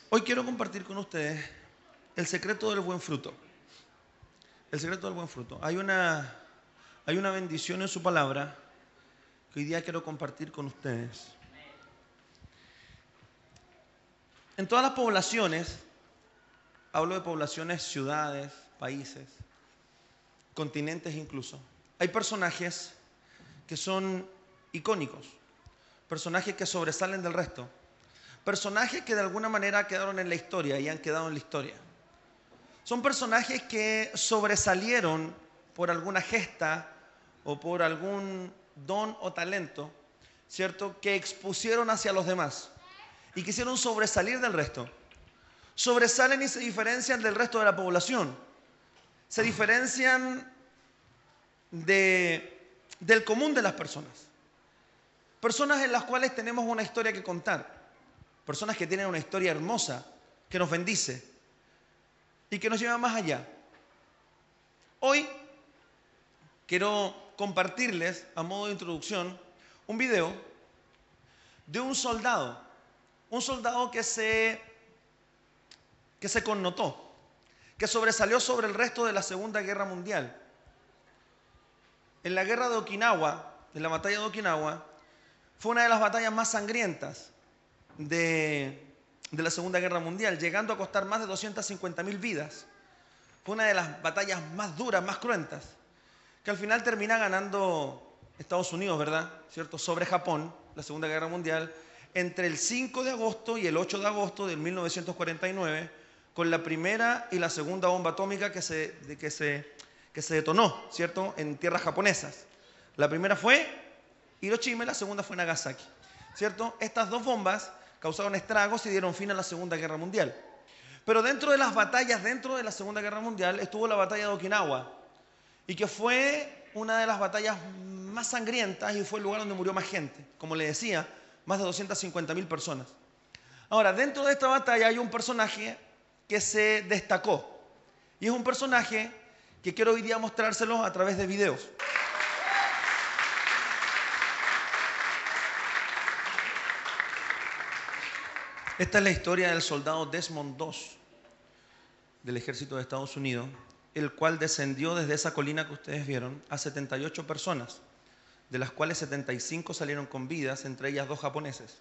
Hoy quiero compartir con ustedes el secreto del buen fruto. El secreto del buen fruto. Hay una bendición en su palabra que hoy día quiero compartir con ustedes. En todas las poblaciones, hablo de poblaciones, ciudades, países, continentes incluso, hay personajes que son icónicos, personajes que sobresalen del resto, personajes que de alguna manera quedaron en la historia y han quedado en la historia. Son personajes que sobresalieron por alguna gesta o por algún don o talento, ¿cierto? Que expusieron hacia los demás y quisieron sobresalir del resto. Sobresalen y se diferencian del resto de la población. Se diferencian del común de las personas. Personas en las cuales tenemos una historia que contar. Personas que tienen una historia hermosa, que nos bendice y que nos lleva más allá. Hoy quiero compartirles, a modo de introducción, un video de un soldado que se connotó, que sobresalió sobre el resto de la Segunda Guerra Mundial. En la guerra de Okinawa, en la batalla de Okinawa, fue una de las batallas más sangrientas de la Segunda Guerra Mundial, llegando a costar más de 250.000 vidas. Fue una de las batallas más duras, más cruentas, que al final termina ganando Estados Unidos, ¿verdad? ¿Cierto? Sobre Japón, la Segunda Guerra Mundial, entre el 5 de agosto y el 8 de agosto de 1949, con la primera y la segunda bomba atómica que se detonó, ¿cierto?, en tierras japonesas. La primera fue Hiroshima y la segunda fue Nagasaki, ¿cierto? Estas dos bombas causaron estragos y dieron fin a la Segunda Guerra Mundial. Pero dentro de las batallas, dentro de la Segunda Guerra Mundial, estuvo la batalla de Okinawa, y que fue una de las batallas más sangrientas y fue el lugar donde murió más gente. Como le decía, más de 250.000 personas. Ahora, dentro de esta batalla hay un personaje que se destacó. Y es un personaje que quiero hoy día mostrárselos a través de videos. Esta es la historia del soldado Desmond II del ejército de Estados Unidos, el cual descendió desde esa colina que ustedes vieron a 78 personas, de las cuales 75 salieron con vidas, entre ellas 2 japoneses.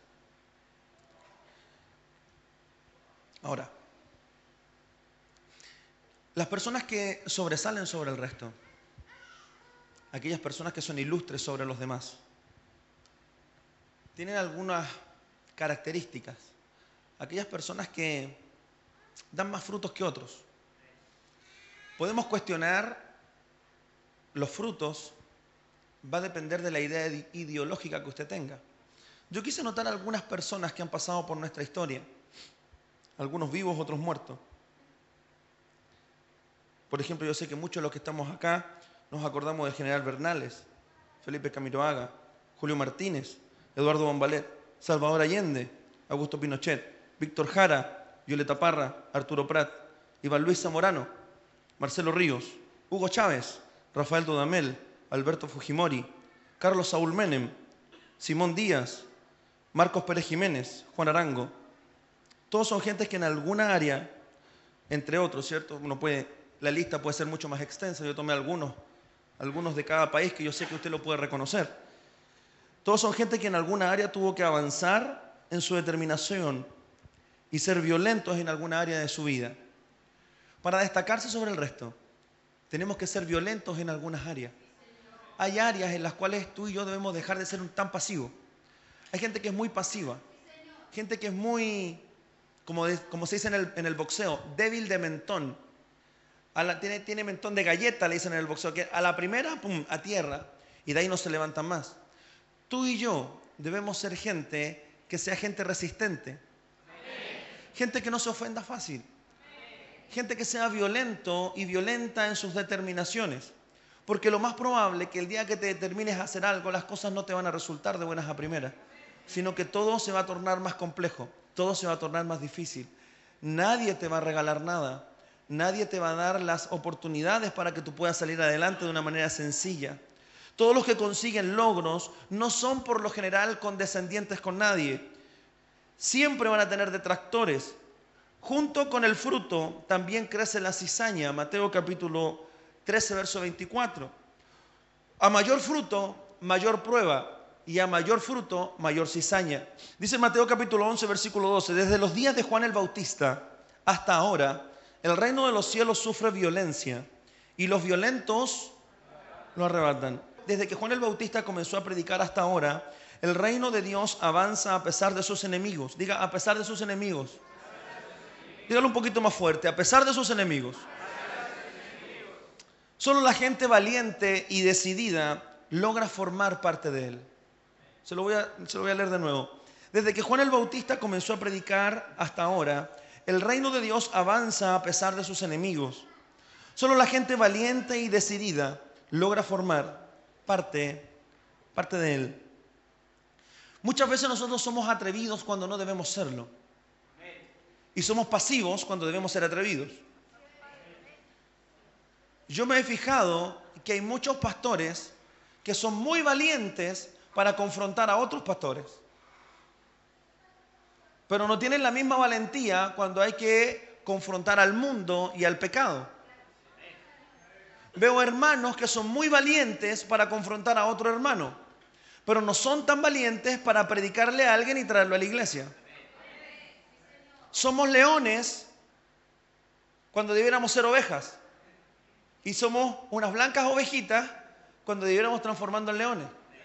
Ahora, las personas que sobresalen sobre el resto, aquellas personas que son ilustres sobre los demás, tienen algunas características. Aquellas personas que dan más frutos que otros. Podemos cuestionar los frutos, va a depender de la idea ideológica que usted tenga. Yo quise notar algunas personas que han pasado por nuestra historia, algunos vivos, otros muertos. Por ejemplo, yo sé que muchos de los que estamos acá nos acordamos del general Bernales, Felipe Camiroaga, Julio Martínez, Eduardo Bombalet, Salvador Allende, Augusto Pinochet, Víctor Jara, Violeta Parra, Arturo Prat, Iván Luis Zamorano, Marcelo Ríos, Hugo Chávez, Rafael Dudamel, Alberto Fujimori, Carlos Saúl Menem, Simón Díaz, Marcos Pérez Jiménez, Juan Arango. Todos son gentes que en alguna área, entre otros, ¿cierto? La lista puede ser mucho más extensa. Yo tomé algunos de cada país que yo sé que usted lo puede reconocer. Todos son gente que en alguna área tuvo que avanzar en su determinación y ser violentos en alguna área de su vida. Para destacarse sobre el resto, tenemos que ser violentos en algunas áreas. Hay áreas en las cuales tú y yo debemos dejar de ser tan pasivos. Hay gente que es muy pasiva, gente que es muy, como se dice en el boxeo, débil de mentón. Tiene mentón de galleta, le dicen en el boxeo, que a la primera, pum, a tierra, y de ahí no se levantan más. Tú y yo debemos ser gente que sea gente resistente. Gente que no se ofenda fácil. Gente que sea violento y violenta en sus determinaciones. Porque lo más probable es que el día que te determines a hacer algo, las cosas no te van a resultar de buenas a primeras, sino que todo se va a tornar más complejo, todo se va a tornar más difícil. Nadie te va a regalar nada. Nadie te va a dar las oportunidades para que tú puedas salir adelante de una manera sencilla. Todos los que consiguen logros no son por lo general condescendientes con nadie. Siempre van a tener detractores, Junto con el fruto también crece la cizaña. Mateo capítulo 13, verso 24. A mayor fruto, mayor prueba. Y a mayor fruto, mayor cizaña. Dice Mateo capítulo 11, versículo 12. Desde los días de Juan el Bautista hasta ahora, el reino de los cielos sufre violencia y los violentos lo arrebatan. Desde que Juan el Bautista comenzó a predicar hasta ahora, el reino de Dios avanza a pesar de sus enemigos. Diga, a pesar de sus enemigos. Dígalo un poquito más fuerte, a pesar de sus enemigos. Solo la gente valiente y decidida logra formar parte de él. Se lo voy a leer de nuevo. Desde que Juan el Bautista comenzó a predicar hasta ahora, el reino de Dios avanza a pesar de sus enemigos. Solo la gente valiente y decidida logra formar parte de él. Muchas veces nosotros somos atrevidos cuando no debemos serlo. Y somos pasivos cuando debemos ser atrevidos. Yo me he fijado que hay muchos pastores que son muy valientes para confrontar a otros pastores, pero no tienen la misma valentía cuando hay que confrontar al mundo y al pecado. Veo hermanos que son muy valientes para confrontar a otro hermano, pero no son tan valientes para predicarle a alguien y traerlo a la iglesia. Somos leones cuando debiéramos ser ovejas, y somos unas blancas ovejitas cuando debiéramos transformando en leones.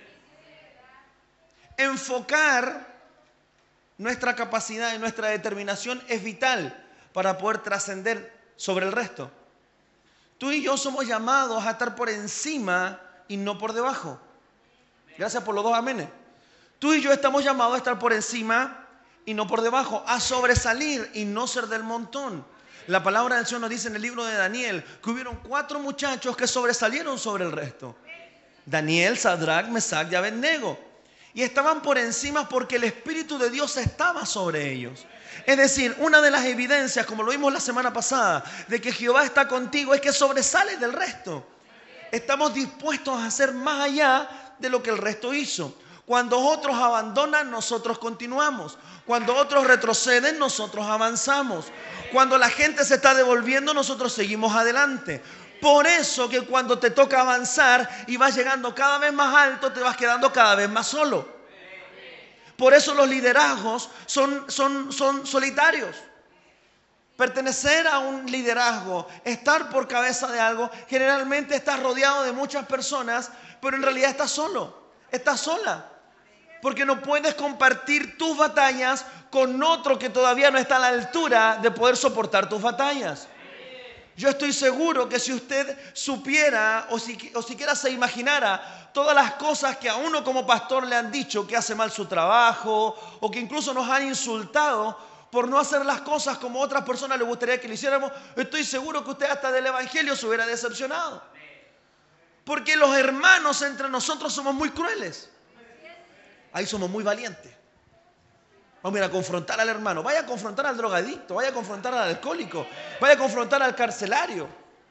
Enfocar nuestra capacidad y nuestra determinación es vital para poder trascender sobre el resto. Tú y yo somos llamados a estar por encima y no por debajo. Gracias por los dos amenes. Tú y yo estamos llamados a estar por encima y no por debajo, a sobresalir y no ser del montón. La palabra del Señor nos dice en el libro de Daniel que hubieron 4 muchachos que sobresalieron sobre el resto. Daniel, Sadrach, Mesach y Abednego. Y estaban por encima porque el Espíritu de Dios estaba sobre ellos. Es decir, una de las evidencias, como lo vimos la semana pasada, de que Jehová está contigo es que sobresales del resto. Estamos dispuestos a hacer más allá de lo que el resto hizo. Cuando otros abandonan, nosotros continuamos. Cuando otros retroceden, nosotros avanzamos. Cuando la gente se está devolviendo, nosotros seguimos adelante. Por eso que cuando te toca avanzar y vas llegando cada vez más alto, te vas quedando cada vez más solo. Por eso los liderazgos son solitarios. Pertenecer a un liderazgo, estar por cabeza de algo, generalmente estás rodeado de muchas personas, pero en realidad estás solo, estás sola. Porque no puedes compartir tus batallas con otro que todavía no está a la altura de poder soportar tus batallas. Yo estoy seguro que si usted supiera o siquiera se imaginara todas las cosas que a uno como pastor le han dicho, que hace mal su trabajo o que incluso nos han insultado por no hacer las cosas como otras personas le gustaría que lo hiciéramos, estoy seguro que usted hasta del evangelio se hubiera decepcionado. Porque los hermanos entre nosotros somos muy crueles. Ahí somos muy valientes. Vamos a ir a confrontar al hermano, vaya a confrontar al drogadicto, vaya a confrontar al alcohólico, vaya a confrontar al carcelario.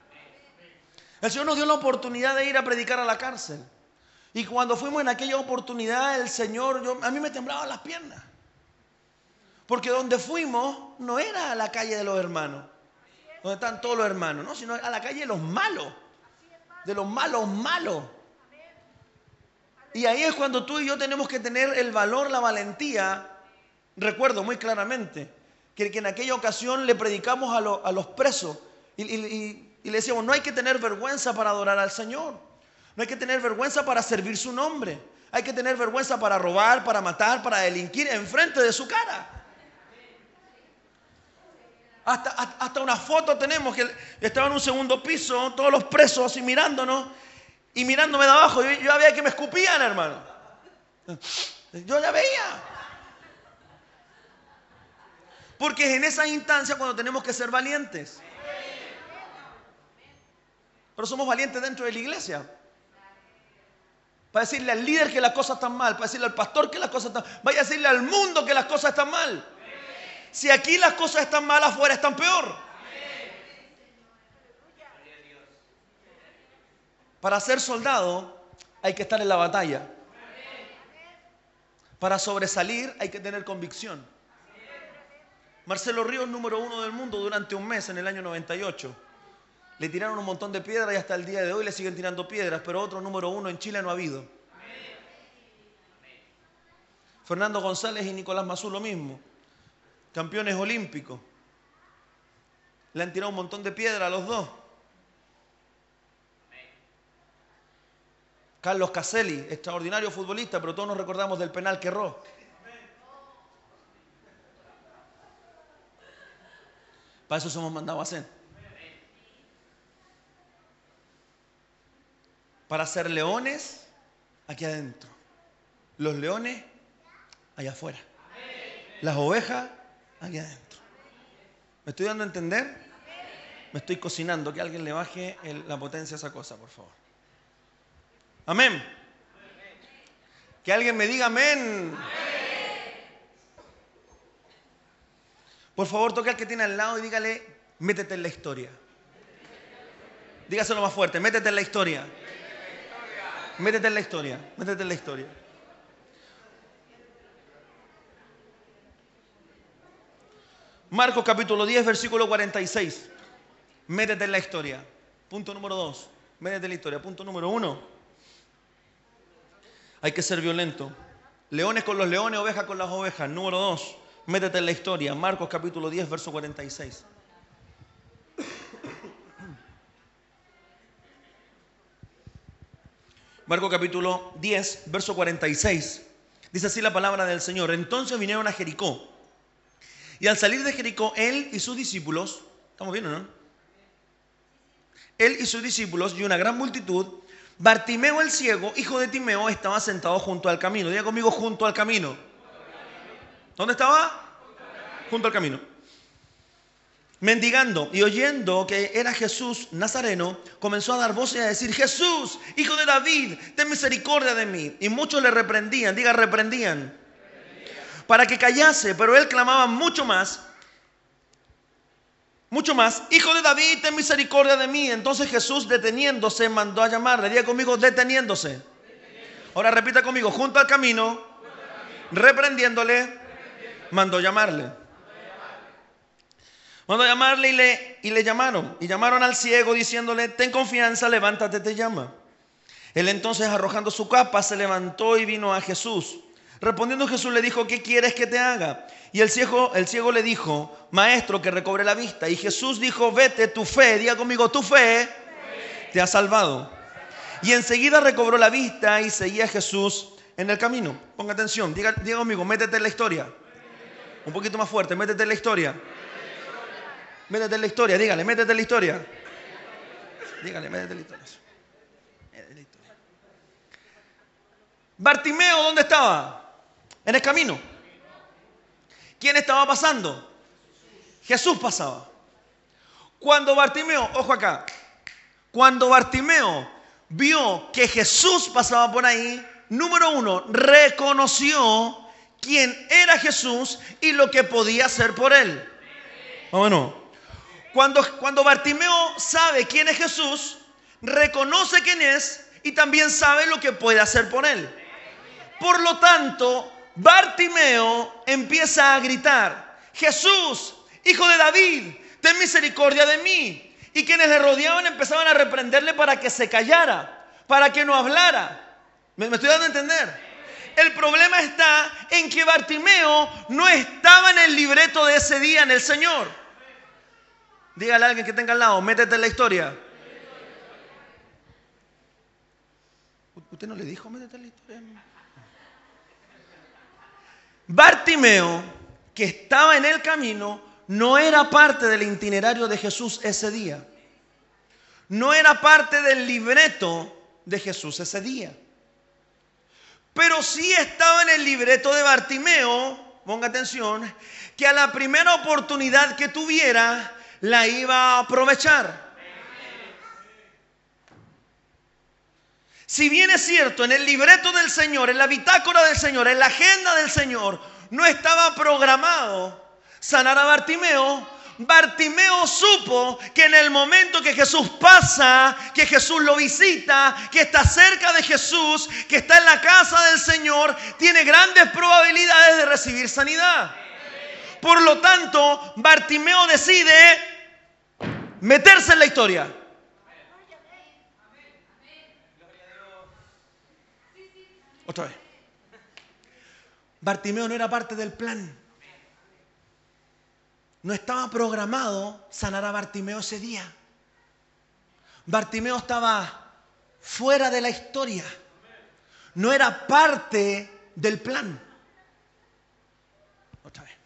El Señor nos dio la oportunidad de ir a predicar a la cárcel. Y cuando fuimos en aquella oportunidad, el Señor, a mí me temblaban las piernas. Porque donde fuimos no era a la calle de los hermanos, donde están todos los hermanos, no, sino a la calle de los malos, malos. Y ahí es cuando tú y yo tenemos que tener el valor, la valentía. Recuerdo muy claramente que en aquella ocasión le predicamos a los presos y le decíamos, no hay que tener vergüenza para adorar al Señor. No hay que tener vergüenza para servir su nombre. Hay que tener vergüenza para robar, para matar, para delinquir enfrente de su cara. Hasta una foto tenemos que estaba en un segundo piso, todos los presos así mirándonos y mirándome de abajo. Yo veía que me escupían, hermano. Yo ya veía. Porque es en esas instancias cuando tenemos que ser valientes. Pero somos valientes dentro de la iglesia. Para decirle al líder que las cosas están mal, para decirle al pastor que las cosas están mal, vaya a decirle al mundo que las cosas están mal. Si aquí las cosas están mal, afuera están peor. Para ser soldado hay que estar en la batalla. Para sobresalir hay que tener convicción. Marcelo Ríos, número 1 del mundo durante un mes en el año 98. Le tiraron un montón de piedras y hasta el día de hoy le siguen tirando piedras, pero otro número 1 en Chile no ha habido. Fernando González y Nicolás Mazú lo mismo. Campeones olímpicos. Le han tirado un montón de piedras a los dos. Carlos Caselli, extraordinario futbolista, pero todos nos recordamos del penal que erró. Para eso somos mandados a hacer. Para ser leones aquí adentro. Los leones allá afuera. Las ovejas aquí adentro. ¿Me estoy dando a entender? Me estoy cocinando. Que alguien le baje la potencia a esa cosa, por favor. Amén. Que alguien me diga amén. Por favor, toque al que tiene al lado y dígale, métete en la historia. Dígaselo más fuerte, métete en la historia. Métete en la historia, métete en la historia. Marcos capítulo 10, versículo 46. Métete en la historia. Punto número 2. Métete en la historia. Punto número 1. Hay que ser violento. Leones con los leones, ovejas con las ovejas. Número 2. Métete en la historia. Marcos capítulo 10, verso 46. Marcos capítulo 10, verso 46. Dice así la palabra del Señor. Entonces vinieron a Jericó. Y al salir de Jericó, él y sus discípulos, ¿estamos viendo, no? Él y sus discípulos y una gran multitud, Bartimeo el ciego, hijo de Timeo, estaba sentado junto al camino. Diga conmigo, junto al camino. ¿Dónde estaba? Junto al camino. Mendigando, y oyendo que era Jesús Nazareno, comenzó a dar voces y a decir, Jesús, hijo de David, ten misericordia de mí. Y muchos le reprendían, diga reprendían, para que callase, pero él clamaba mucho más, hijo de David, ten misericordia de mí. Entonces Jesús, deteniéndose, mandó a llamarle. Diga conmigo, deteniéndose. Ahora repita conmigo, junto al camino, reprendiéndole, mandó llamarle. Mandó llamarle y le llamaron. Y llamaron al ciego diciéndole, ten confianza, levántate, te llama. Él entonces, arrojando su capa, se levantó y vino a Jesús. Respondiendo Jesús le dijo, ¿qué quieres que te haga? Y el ciego le dijo, maestro, que recobre la vista. Y Jesús dijo, vete, tu fe, diga conmigo, tu fe te ha salvado. Y enseguida recobró la vista y seguía a Jesús en el camino. Ponga atención, diga conmigo, métete en la historia. Un poquito más fuerte, métete en la historia. Métete en la historia, dígale, métete en la historia. Dígale, métete en la historia. Bartimeo, ¿dónde estaba? En el camino. ¿Quién estaba pasando? Jesús pasaba. Cuando Bartimeo, ojo acá, cuando Bartimeo vio que Jesús pasaba por ahí, número 1, reconoció quién era Jesús y lo que podía hacer por él. Bueno, cuando Bartimeo sabe quién es Jesús, reconoce quién es y también sabe lo que puede hacer por él. Por lo tanto, Bartimeo empieza a gritar, Jesús, hijo de David, ten misericordia de mí. Y quienes le rodeaban empezaban a reprenderle para que se callara, para que no hablara. ¿Me estoy dando a entender? El problema está en que Bartimeo no estaba en el libreto de ese día en el Señor. Dígale a alguien que tenga al lado, métete en la historia. ¿Usted no le dijo métete en la historia? Bartimeo, que estaba en el camino, no era parte del itinerario de Jesús ese día. No era parte del libreto de Jesús ese día. Pero sí estaba en el libreto de Bartimeo, ponga atención, que a la primera oportunidad que tuviera, la iba a aprovechar. Si bien es cierto, en el libreto del Señor, en la bitácora del Señor, en la agenda del Señor, no estaba programado sanar a Bartimeo, Bartimeo supo que en el momento que Jesús pasa, que Jesús lo visita, que está cerca de Jesús, que está en la casa del Señor, tiene grandes probabilidades de recibir sanidad. Por lo tanto, Bartimeo decide meterse en la historia. Otra vez. Bartimeo no era parte del plan. No estaba programado sanar a Bartimeo ese día. Bartimeo estaba fuera de la historia. No era parte del plan. Otra vez.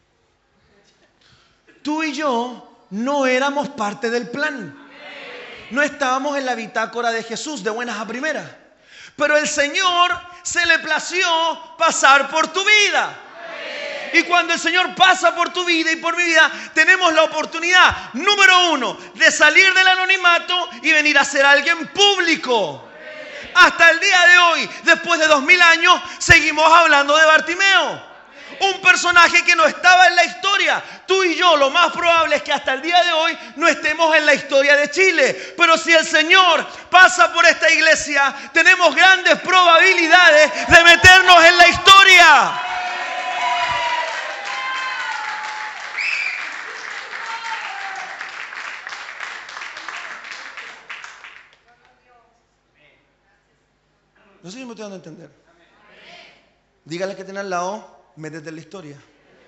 Tú y yo no éramos parte del plan. No estábamos en la bitácora de Jesús de buenas a primeras. Pero el Señor se le plació pasar por tu vida. Y cuando el Señor pasa por tu vida y por mi vida, tenemos la oportunidad, número uno, de salir del anonimato y venir a ser alguien público. Hasta el día de hoy, después de 2000 años, seguimos hablando de Bartimeo. Un personaje que no estaba en la historia. Tú y yo, lo más probable es que hasta el día de hoy no estemos en la historia de Chile. Pero si el Señor pasa por esta iglesia, tenemos grandes probabilidades de meternos en la historia. No sé si me estoy dando a entender. Dígale que tiene al lado, métete en la historia.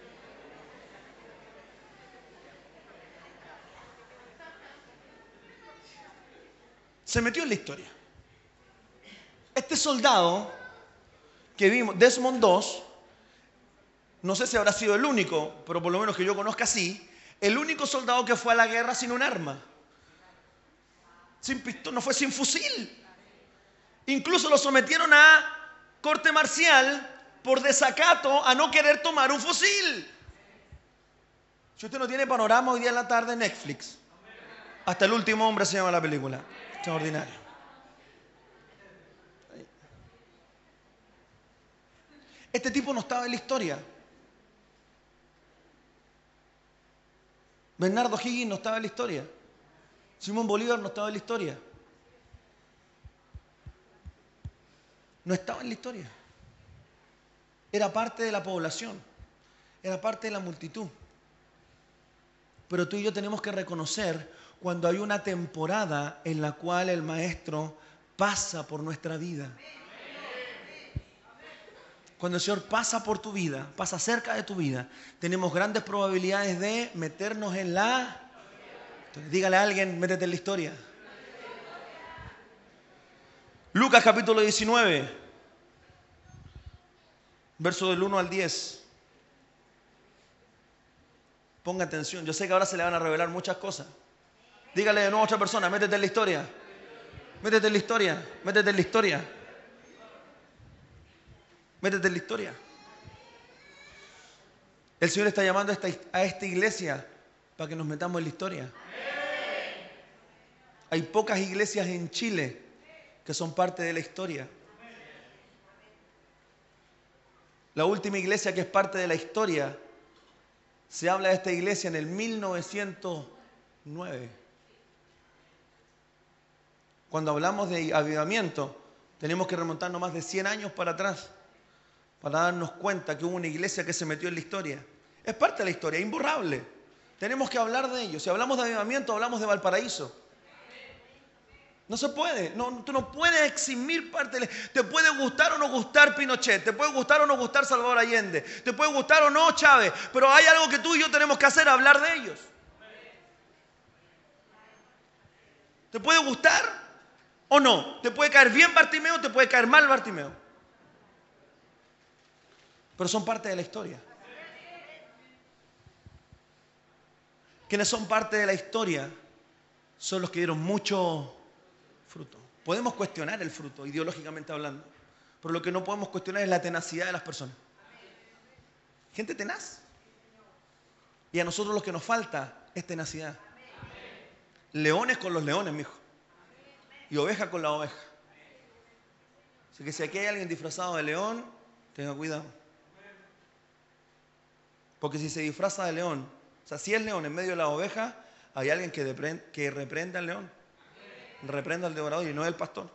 Se metió en la historia. Este soldado que vimos, Desmond II, no sé si habrá sido el único, pero por lo menos que yo conozca así, el único soldado que fue a la guerra sin un arma. Sin pistola, no fue sin fusil. Incluso lo sometieron a corte marcial por desacato a no querer tomar un fusil. Si usted no tiene panorama hoy día en la tarde, Netflix. Hasta el último hombre se llama la película. Extraordinario. Este tipo no estaba en la historia. Bernardo Higgins no estaba en la historia. Simón Bolívar no estaba en la historia. No estaba en la historia. Era parte de la población. Era parte de la multitud. Pero tú y yo tenemos que reconocer cuando hay una temporada en la cual el Maestro pasa por nuestra vida. Cuando el Señor pasa por tu vida, pasa cerca de tu vida, tenemos grandes probabilidades de meternos en la... Entonces, dígale a alguien, métete en la historia. Lucas capítulo 19, verso del 1 al 10. Ponga atención, yo sé que ahora se le van a revelar muchas cosas. Dígale de nuevo a otra persona, métete en la historia. Métete en la historia, métete en la historia. Métete en la historia. El Señor está llamando a esta iglesia para que nos metamos en la historia. Hay pocas iglesias en Chile que son parte de la historia. La última iglesia que es parte de la historia, se habla de esta iglesia en el 1909. Cuando hablamos de avivamiento, tenemos que remontarnos más de 100 años para atrás para darnos cuenta que hubo una iglesia que se metió en la historia. Es parte de la historia, es imborrable. Tenemos que hablar de ello. Si hablamos de avivamiento, hablamos de Valparaíso. No se puede, tú no puedes eximir parte. Te puede gustar o no gustar Pinochet, te puede gustar o no gustar Salvador Allende, te puede gustar o no Chávez, pero hay algo que tú y yo tenemos que hacer, hablar de ellos. ¿Te puede gustar o no? ¿Te puede caer bien Bartimeo o te puede caer mal Bartimeo? Pero son parte de la historia. Quienes son parte de la historia son los que dieron mucho fruto. Podemos cuestionar el fruto, ideológicamente hablando, pero lo que no podemos cuestionar es la tenacidad de las personas. Gente tenaz. Y a nosotros lo que nos falta es tenacidad. Leones con los leones, mijo. Y oveja con la oveja. Así que si aquí hay alguien disfrazado de león, tenga cuidado. Porque si se disfraza de león, o sea, si es león en medio de la oveja, hay alguien que reprenda al león. Reprenda al devorador y no es el pastor.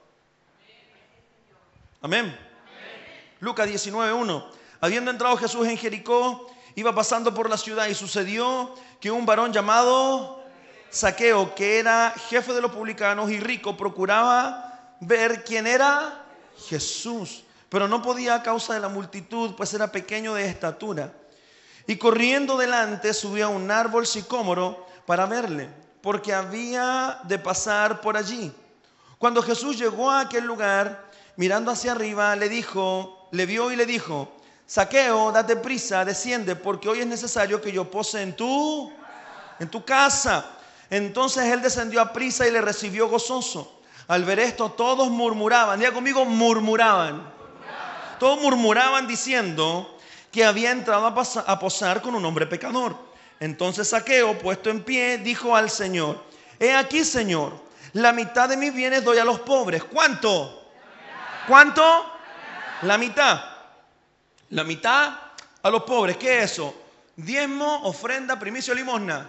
Amén. Lucas 19:1. Habiendo entrado Jesús en Jericó, iba pasando por la ciudad y sucedió que un varón llamado Zaqueo, que era jefe de los publicanos y rico, procuraba ver quién era Jesús, pero no podía a causa de la multitud, pues era pequeño de estatura. Y corriendo delante subió a un árbol sicómoro para verle, porque había de pasar por allí. Cuando Jesús llegó a aquel lugar, mirando hacia arriba, le vio y le dijo: Zaqueo, date prisa, desciende, porque hoy es necesario que yo pose en tu casa. Entonces él descendió a prisa y le recibió gozoso. Al ver esto, todos murmuraban. Diga conmigo, murmuraban. Todos murmuraban diciendo que había entrado a posar con un hombre pecador. Entonces Zaqueo, puesto en pie, dijo al Señor: He aquí, Señor, la mitad de mis bienes doy a los pobres. ¿Cuánto? ¿Cuánto? La mitad. La mitad a los pobres. ¿Qué es eso? Diezmo, ofrenda, primicia o limosna.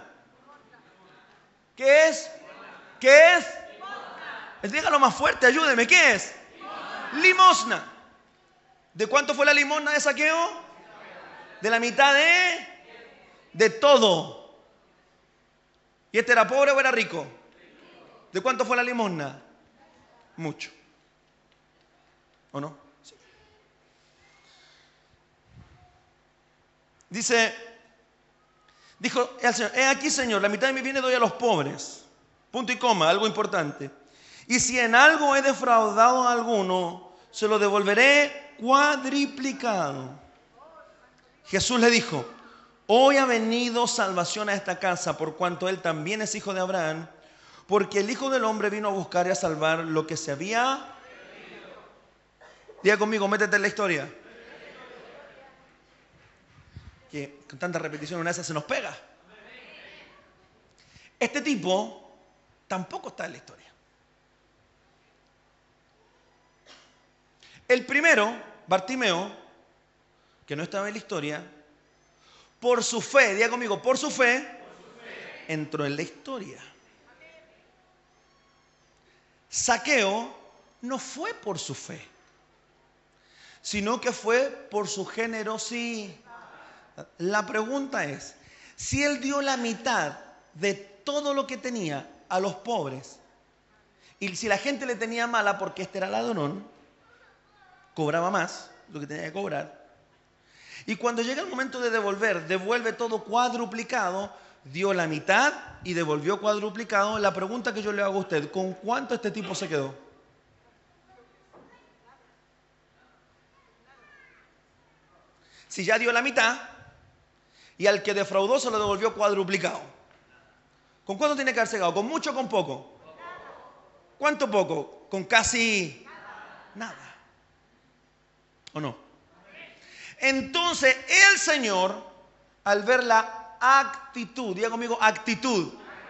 ¿Qué es? ¿Qué es? Dígalo más fuerte, ayúdeme. ¿Qué es? Limosna. ¿De cuánto fue la limosna de Zaqueo? De la mitad de todo. ¿Y este era pobre o era rico? ¿De cuánto fue la limosna? Mucho. ¿O no? Sí. Dijo el Señor: He aquí, Señor, la mitad de mis bienes doy a los pobres. Punto y coma, algo importante. Y si en algo he defraudado a alguno, se lo devolveré cuadriplicado. Jesús le dijo: Hoy ha venido salvación a esta casa, por cuanto él también es hijo de Abraham, porque el Hijo del Hombre vino a buscar y a salvar lo que se había. Diga conmigo, métete en la historia. Que con tanta repetición una de esas se nos pega. Este tipo tampoco está en la historia. El primero, Bartimeo, que no estaba en la historia, por su fe, diga conmigo, por su fe, entró en la historia. Zaqueo no fue por su fe, sino que fue por su generosidad. La pregunta es, si él dio la mitad de todo lo que tenía a los pobres, y si la gente le tenía mala porque este era ladrón, cobraba más lo que tenía que cobrar, y cuando llega el momento de devolver, devuelve todo cuadruplicado, dio la mitad y devolvió cuadruplicado. La pregunta que yo le hago a usted, ¿con cuánto este tipo se quedó? Si ya dio la mitad y al que defraudó se lo devolvió cuadruplicado, ¿con cuánto tiene que haberse quedado? ¿Con mucho o con poco? ¿Cuánto poco? Con casi nada. ¿O no? Entonces el Señor, al ver la actitud, diga conmigo actitud,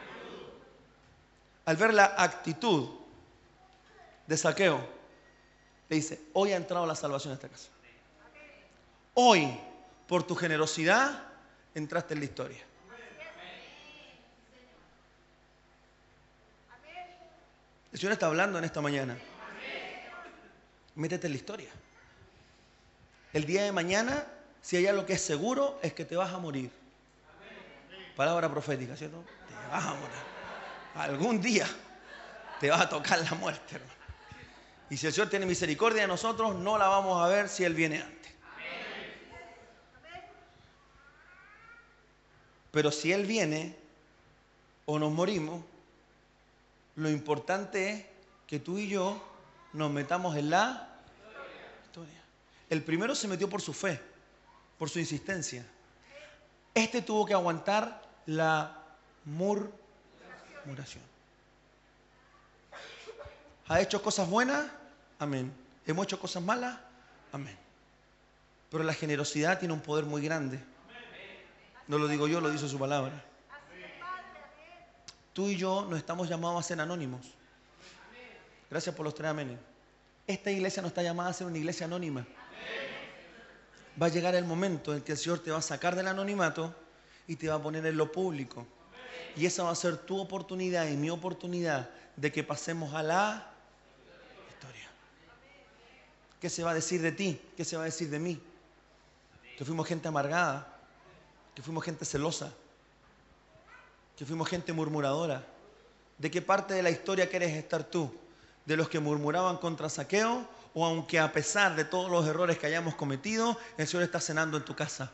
al ver la actitud de Zaqueo, le dice: hoy ha entrado la salvación a esta casa. Hoy, por tu generosidad, entraste en la historia. El Señor está hablando en esta mañana. Métete en la historia. El día de mañana, si hay algo que es seguro, es que te vas a morir. Palabra profética, ¿cierto? Te vas a morir. Algún día te va a tocar la muerte, hermano. Y si el Señor tiene misericordia de nosotros, no la vamos a ver si Él viene antes. Pero si Él viene o nos morimos, lo importante es que tú y yo nos metamos en la historia. El primero se metió por su fe, por su insistencia. Este tuvo que aguantar la murmuración. ¿Ha hecho cosas buenas? Amén. ¿Hemos hecho cosas malas? Amén. Pero la generosidad tiene un poder muy grande. No lo digo yo, lo dice su palabra. Tú y yo no estamos llamados a ser anónimos. Gracias por los 3 amenes. Esta iglesia no está llamada a ser una iglesia anónima. Va a llegar el momento en que el Señor te va a sacar del anonimato y te va a poner en lo público. Y esa va a ser tu oportunidad y mi oportunidad de que pasemos a la historia. ¿Qué se va a decir de ti? ¿Qué se va a decir de mí? Que fuimos gente amargada, que fuimos gente celosa, que fuimos gente murmuradora. ¿De qué parte de la historia quieres estar tú? ¿De los que murmuraban contra Zaqueo? ¿O aunque a pesar de todos los errores que hayamos cometido, el Señor está cenando en tu casa?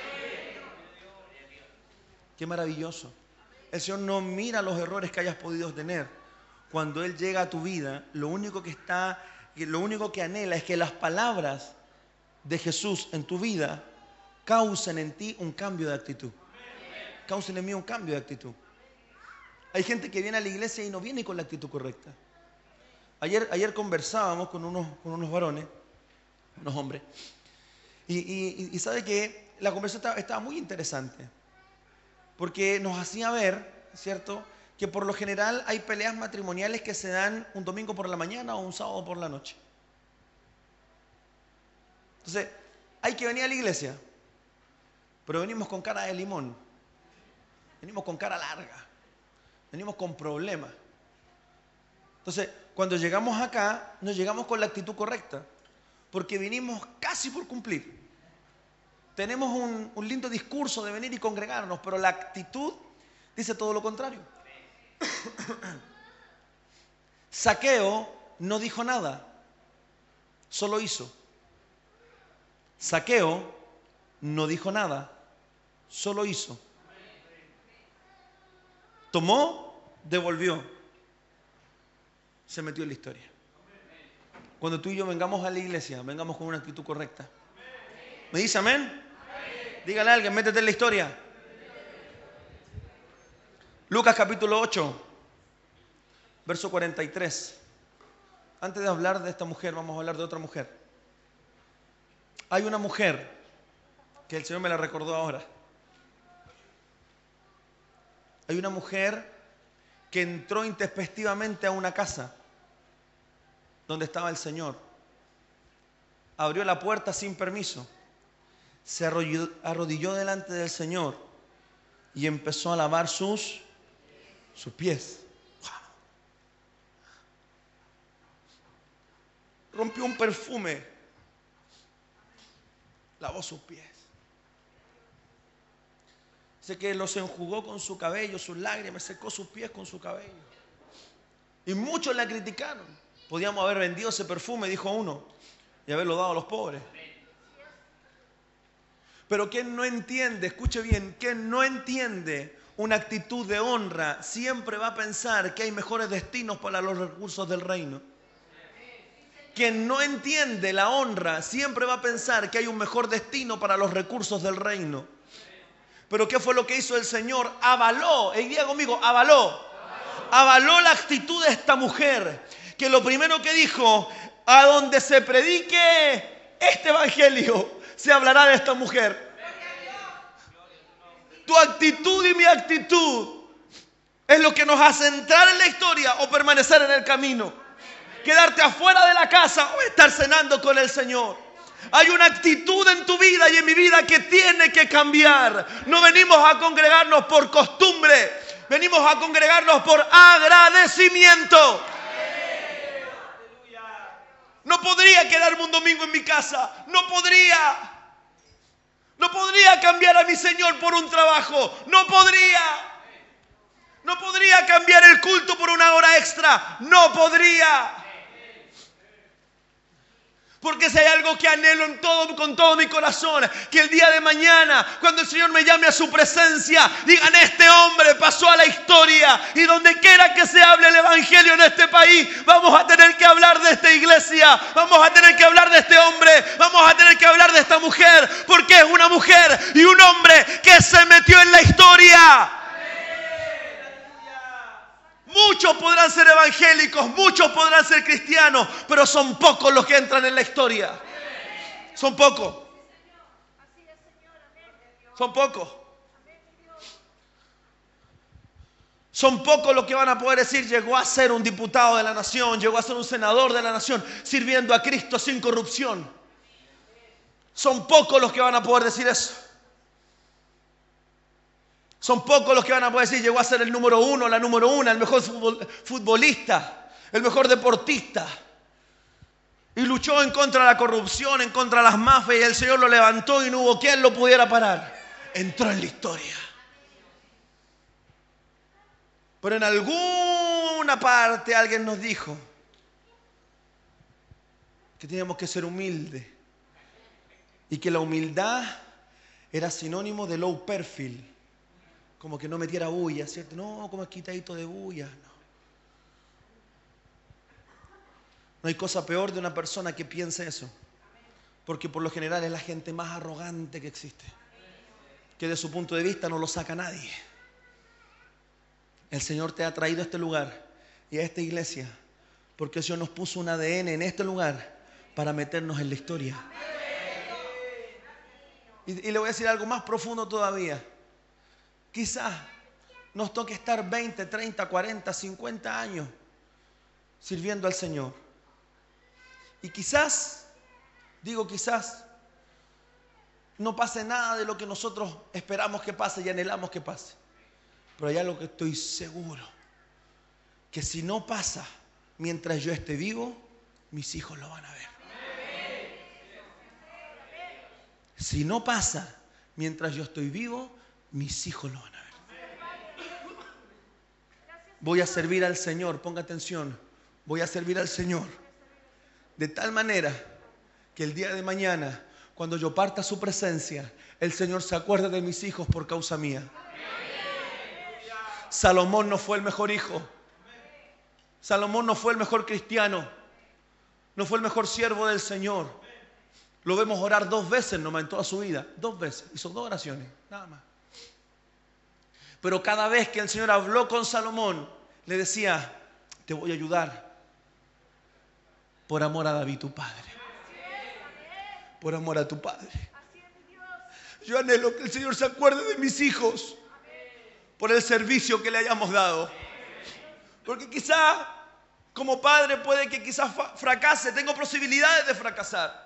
Qué maravilloso. El Señor no mira los errores que hayas podido tener. Cuando Él llega a tu vida, lo único que anhela es que las palabras de Jesús en tu vida causen en ti un cambio de actitud. Causen en mí un cambio de actitud. Hay gente que viene a la iglesia y no viene con la actitud correcta. Ayer conversábamos con unos varones, unos hombres, y sabe que la conversación estaba muy interesante, porque nos hacía ver, ¿cierto?, que por lo general hay peleas matrimoniales que se dan un domingo por la mañana o un sábado por la noche. Entonces, hay que venir a la iglesia, pero venimos con cara de limón, venimos con cara larga, venimos con problemas. Entonces, cuando llegamos acá, nos llegamos con la actitud correcta, porque vinimos casi por cumplir. Tenemos un lindo discurso de venir y congregarnos, pero la actitud dice todo lo contrario. Zaqueo no dijo nada, solo hizo. Zaqueo no dijo nada, solo hizo. Tomó, devolvió. Se metió en la historia. Cuando tú y yo vengamos a la iglesia, vengamos con una actitud correcta. ¿Me dice amén? Dígale a alguien, métete en la historia. Lucas capítulo 8, verso 43. Antes de hablar de esta mujer, vamos a hablar de otra mujer. Hay una mujer que el Señor me la recordó ahora. Hay una mujer que entró intempestivamente a una casa donde estaba el Señor. Abrió la puerta sin permiso. Se arrodilló delante del Señor y empezó a lavar sus pies. Rompió un perfume, lavó sus pies. Dice que los enjugó con su cabello, sus lágrimas, secó sus pies con su cabello. Y muchos la criticaron. Podíamos haber vendido ese perfume, dijo uno, y haberlo dado a los pobres. Pero quien no entiende, escuche bien, quien no entiende una actitud de honra, siempre va a pensar que hay mejores destinos para los recursos del reino. Quien no entiende la honra, siempre va a pensar que hay un mejor destino para los recursos del reino. Pero ¿qué fue lo que hizo el Señor? Avaló, diga conmigo, avaló la actitud de esta mujer, que lo primero que dijo, a donde se predique este evangelio, se hablará de esta mujer. Tu actitud y mi actitud es lo que nos hace entrar en la historia o permanecer en el camino. Quedarte afuera de la casa o estar cenando con el Señor. Hay una actitud en tu vida y en mi vida que tiene que cambiar. No venimos a congregarnos por costumbre, venimos a congregarnos por agradecimiento. No podría quedarme un domingo en mi casa. No podría cambiar a mi Señor por un trabajo. No podría cambiar el culto por una hora extra. No podría. Porque si hay algo que anhelo con todo mi corazón, que el día de mañana, cuando el Señor me llame a su presencia, digan, este hombre pasó a la historia. Y donde quiera que se hable el evangelio en este país, vamos a tener que hablar de esta iglesia, vamos a tener que hablar de este hombre, vamos a tener que hablar de esta mujer, porque es una mujer y un hombre que se metió en la historia. Muchos podrán ser evangélicos, muchos podrán ser cristianos, pero son pocos los que entran en la historia. Son pocos. Son pocos. Son pocos los que van a poder decir, llegó a ser un diputado de la nación, llegó a ser un senador de la nación, sirviendo a Cristo sin corrupción. Son pocos los que van a poder decir eso. Son pocos los que van a poder decir, llegó a ser el número uno, la número una, el mejor futbolista, el mejor deportista. Y luchó en contra de la corrupción, en contra de las mafias, y el Señor lo levantó y no hubo quien lo pudiera parar. entró en la historia. Pero en alguna parte alguien nos dijo que teníamos que ser humildes y que la humildad era sinónimo de low perfil, como que no metiera bulla, ¿cierto? No, como es quitadito de bulla, no. No hay cosa peor de una persona que piense eso, porque por lo general es la gente más arrogante que existe, que de su punto de vista no lo saca nadie. El Señor te ha traído a este lugar y a esta iglesia porque el Señor nos puso un ADN en este lugar para meternos en la historia. Y le voy a decir algo más profundo todavía. Quizás nos toque estar 20, 30, 40, 50 años sirviendo al Señor. Y quizás, digo quizás, no pase nada de lo que nosotros esperamos que pase y anhelamos que pase. Pero hay algo que estoy seguro, que si no pasa mientras yo esté vivo, mis hijos lo van a ver. Si no pasa mientras yo estoy vivo, mis hijos lo van a ver. Voy a servir al Señor, ponga atención, voy a servir al Señor de tal manera que el día de mañana, cuando yo parta a su presencia, el Señor se acuerde de mis hijos por causa mía. Salomón no fue el mejor hijo. Salomón no fue el mejor cristiano. No fue el mejor siervo del Señor. Lo vemos orar 2 veces nomás en toda su vida. 2 veces. Hizo 2 oraciones, nada más. Pero cada vez que el Señor habló con Salomón, le decía, te voy a ayudar por amor a David tu padre. Por amor a tu padre. Yo anhelo que el Señor se acuerde de mis hijos por el servicio que le hayamos dado. Porque quizá como padre puede que quizás fracase, tengo posibilidades de fracasar.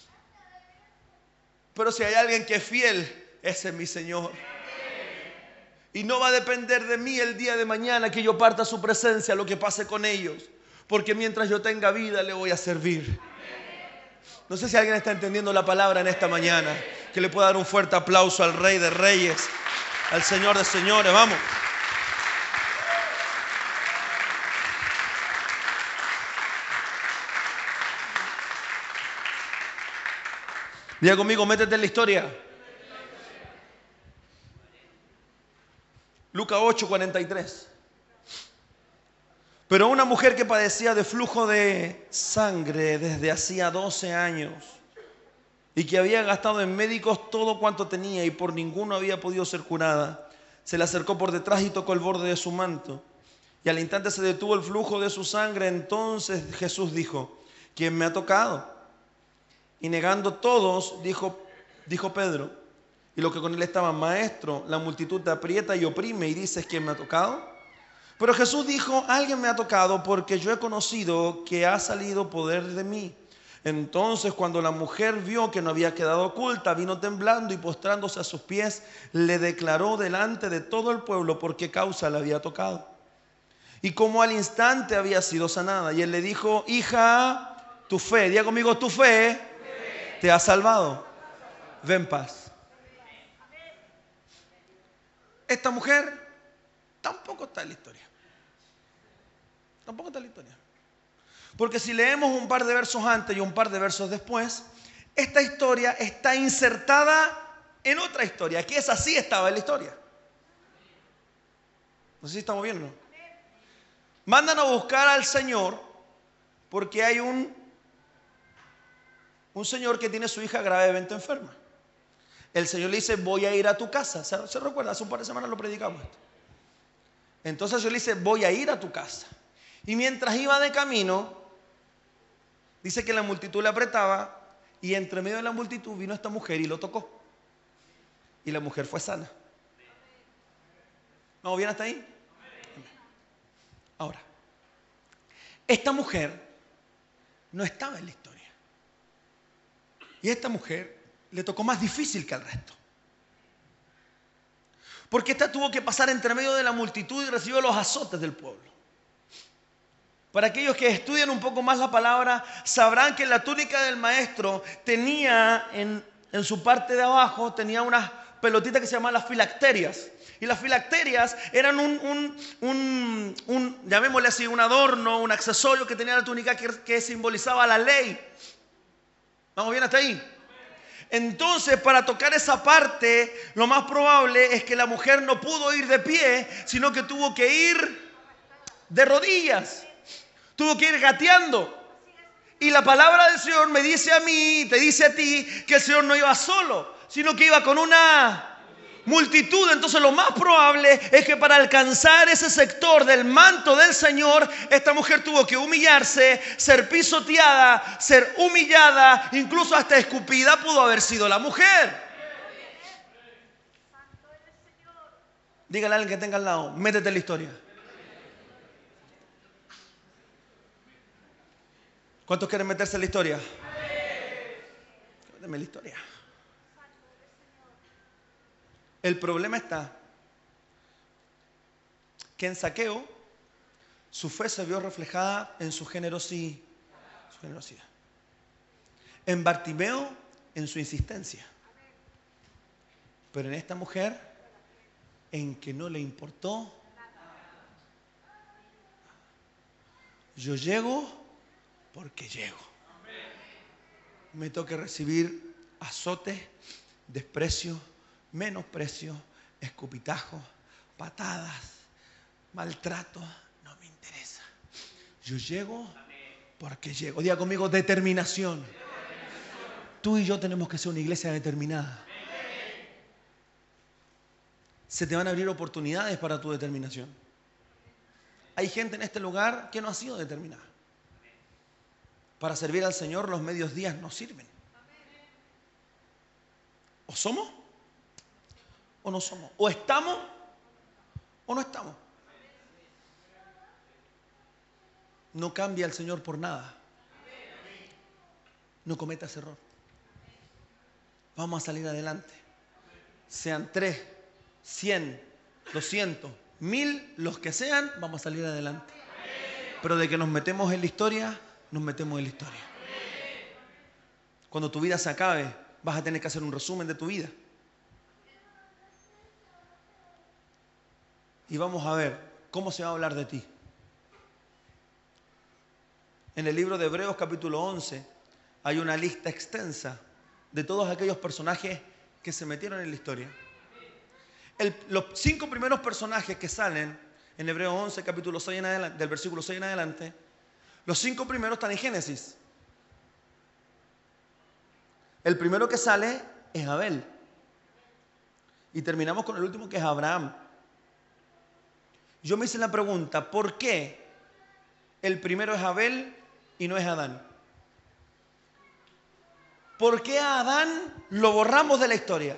Pero si hay alguien que es fiel, ese es mi Señor. Y no va a depender de mí el día de mañana que yo parta a su presencia, lo que pase con ellos. Porque mientras yo tenga vida, le voy a servir. No sé si alguien está entendiendo la palabra en esta mañana. Que le pueda dar un fuerte aplauso al Rey de Reyes, al Señor de Señores. Vamos. Diga conmigo, métete en la historia. Lucas 8:43. Pero una mujer que padecía de flujo de sangre desde hacía 12 años y que había gastado en médicos todo cuanto tenía y por ninguno había podido ser curada, se le acercó por detrás y tocó el borde de su manto. Y al instante se detuvo el flujo de su sangre. Entonces Jesús dijo, ¿quién me ha tocado? Y negando todos, dijo Pedro, y los que con él estaban, maestro, la multitud te aprieta y oprime y dices, ¿quién me ha tocado? Pero Jesús dijo, alguien me ha tocado porque yo he conocido que ha salido poder de mí. Entonces cuando la mujer vio que no había quedado oculta, vino temblando y postrándose a sus pies, le declaró delante de todo el pueblo por qué causa le había tocado. Y cómo al instante había sido sanada. Y él le dijo, hija, tu fe, diga conmigo, tu fe te ha salvado. Ve en paz. Esta mujer tampoco está en la historia. Tampoco está en la historia. Porque si leemos un par de versos antes y un par de versos después, esta historia está insertada en otra historia, que esa sí estaba en la historia. No sé si estamos viendo. Mandan a buscar al Señor porque hay un señor que tiene a su hija gravemente enferma. El Señor le dice, voy a ir a tu casa. ¿Se recuerda? Hace un par de semanas lo predicamos esto. Entonces el Señor le dice, voy a ir a tu casa. Y mientras iba de camino, dice que la multitud le apretaba y entre medio de la multitud vino esta mujer y lo tocó. Y la mujer fue sana. ¿Vamos bien hasta ahí? Ahora, esta mujer no estaba en la historia. Y a esta mujer le tocó más difícil que al resto. Porque esta tuvo que pasar entre medio de la multitud y recibió los azotes del pueblo. Para aquellos que estudian un poco más la palabra, sabrán que la túnica del maestro tenía en su parte de abajo, tenía unas pelotitas que se llamaban las filacterias. Y las filacterias eran llamémosle así, un adorno, un accesorio que tenía la túnica que simbolizaba la ley. ¿Vamos bien hasta ahí? Entonces, para tocar esa parte, lo más probable es que la mujer no pudo ir de pie, sino que tuvo que ir de rodillas. Tuvo que ir gateando. Y la palabra del Señor me dice a mí, te dice a ti, que el Señor no iba solo, sino que iba con una multitud. Entonces lo más probable es que para alcanzar ese sector del manto del Señor, esta mujer tuvo que humillarse, ser pisoteada, ser humillada, incluso hasta escupida pudo haber sido la mujer. Dígale a alguien que tenga al lado, métete en la historia. ¿Cuántos quieren meterse en la historia? Méteme en la historia. El problema está que en Zaqueo su fe se vio reflejada en su generosidad. En Bartimeo, en su insistencia. Pero en esta mujer, en que no le importó. Yo llego porque llego. Me toca recibir azotes, desprecio, menosprecio, escupitajo, patadas, maltrato, no me interesa. Yo llego porque llego. Diga conmigo, determinación. Tú y yo tenemos que ser una iglesia determinada. Se te van a abrir oportunidades para tu determinación. Hay gente en este lugar que no ha sido determinada. Para servir al Señor los medios días no sirven. O somos o no somos. O estamos o no estamos. No cambia al Señor por nada. No cometas error. Vamos a salir adelante. Sean 3, 100, 200, 1000, los que sean, vamos a salir adelante. Pero de que nos metemos en la historia, nos metemos en la historia. Cuando tu vida se acabe, vas a tener que hacer un resumen de tu vida. Y vamos a ver cómo se va a hablar de ti. En el libro de Hebreos capítulo 11 hay una lista extensa de todos aquellos personajes que se metieron en la historia. Los 5 primeros personajes que salen en Hebreos 11 capítulo 6 en adelante, del versículo 6 en adelante, los 5 primeros están en Génesis. El primero que sale es Abel. Y terminamos con el último, que es Abraham. Yo me hice la pregunta, ¿por qué el primero es Abel y no es Adán? ¿Por qué a Adán lo borramos de la historia?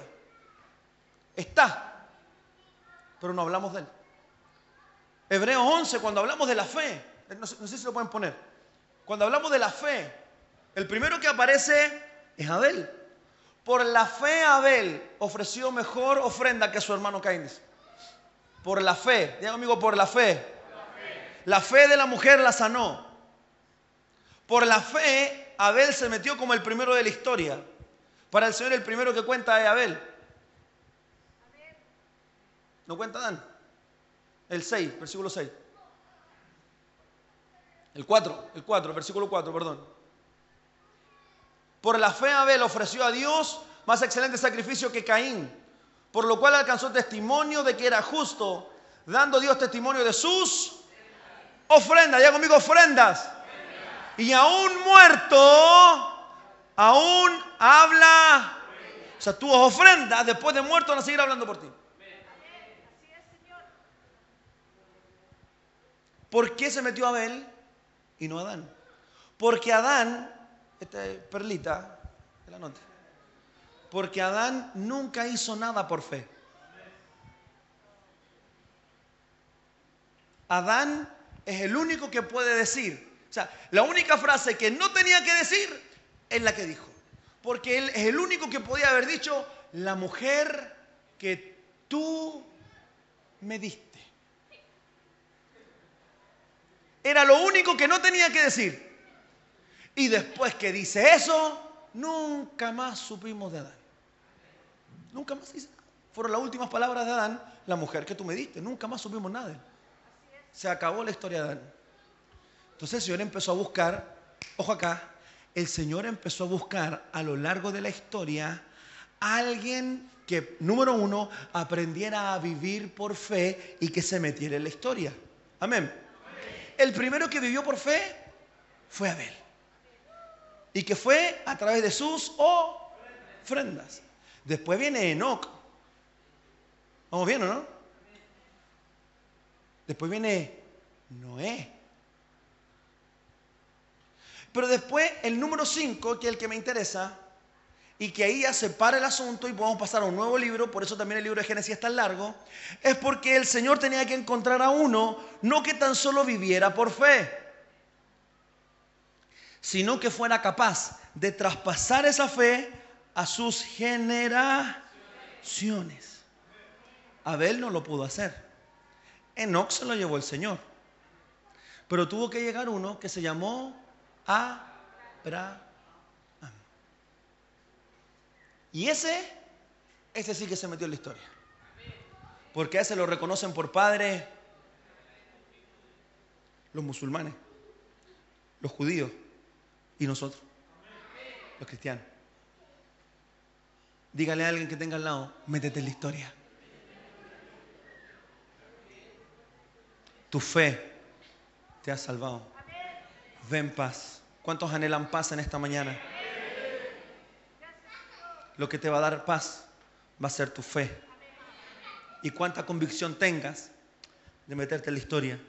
Está, pero no hablamos de él. Hebreos 11, cuando hablamos de la fe, no sé si lo pueden poner. Cuando hablamos de la fe, el primero que aparece es Abel. Por la fe Abel ofreció mejor ofrenda que su hermano Caín. Por la fe, diga amigo, por la fe. La fe de la mujer la sanó. Por la fe Abel se metió como el primero de la historia. Para el Señor el primero que cuenta es Abel. No cuenta Adán. El 6, versículo 6. El versículo 4, perdón. Por la fe Abel ofreció a Dios más excelente sacrificio que Caín, por lo cual alcanzó testimonio de que era justo, dando Dios testimonio de sus ofrendas. Ya conmigo, ofrendas. Y aún muerto, aún habla. O sea, tus ofrendas después de muerto van a seguir hablando por ti. ¿Por qué se metió Abel y no Adán? Porque Adán, esta es perlita, que la note. Porque Adán nunca hizo nada por fe. Adán es el único que puede decir, o sea, la única frase que no tenía que decir es la que dijo. Porque él es el único que podía haber dicho, la mujer que tú me diste. Era lo único que no tenía que decir. Y después que dice eso, nunca más supimos de Adán. Nunca más dice nada. Fueron las últimas palabras de Adán, la mujer que tú me diste. Nunca más supimos nada de él. Se acabó la historia de Adán. Entonces el Señor empezó a buscar, ojo acá, el Señor empezó a buscar a lo largo de la historia a alguien que, número uno, aprendiera a vivir por fe y que se metiera en la historia. Amén. El primero que vivió por fe fue Abel. Y que fue a través de sus ofrendas. Después viene Enoc. ¿Vamos bien o no? Después viene Noé. Pero después el número 5, que es el que me interesa, y que ahí ya se para el asunto y podemos pasar a un nuevo libro, por eso también el libro de Génesis es tan largo, es porque el Señor tenía que encontrar a uno, no que tan solo viviera por fe, sino que fuera capaz de traspasar esa fe a sus generaciones. Abel no lo pudo hacer. Enoc se lo llevó el Señor. Pero tuvo que llegar uno que se llamó Abraham. Y ese sí que se metió en la historia. Porque a ese lo reconocen por padre los musulmanes, los judíos y nosotros, los cristianos. Dígale a alguien que tenga al lado, métete en la historia. Tu fe te ha salvado. Ven paz. ¿Cuántos anhelan paz en esta mañana? Lo que te va a dar paz va a ser tu fe. Y cuánta convicción tengas de meterte en la historia.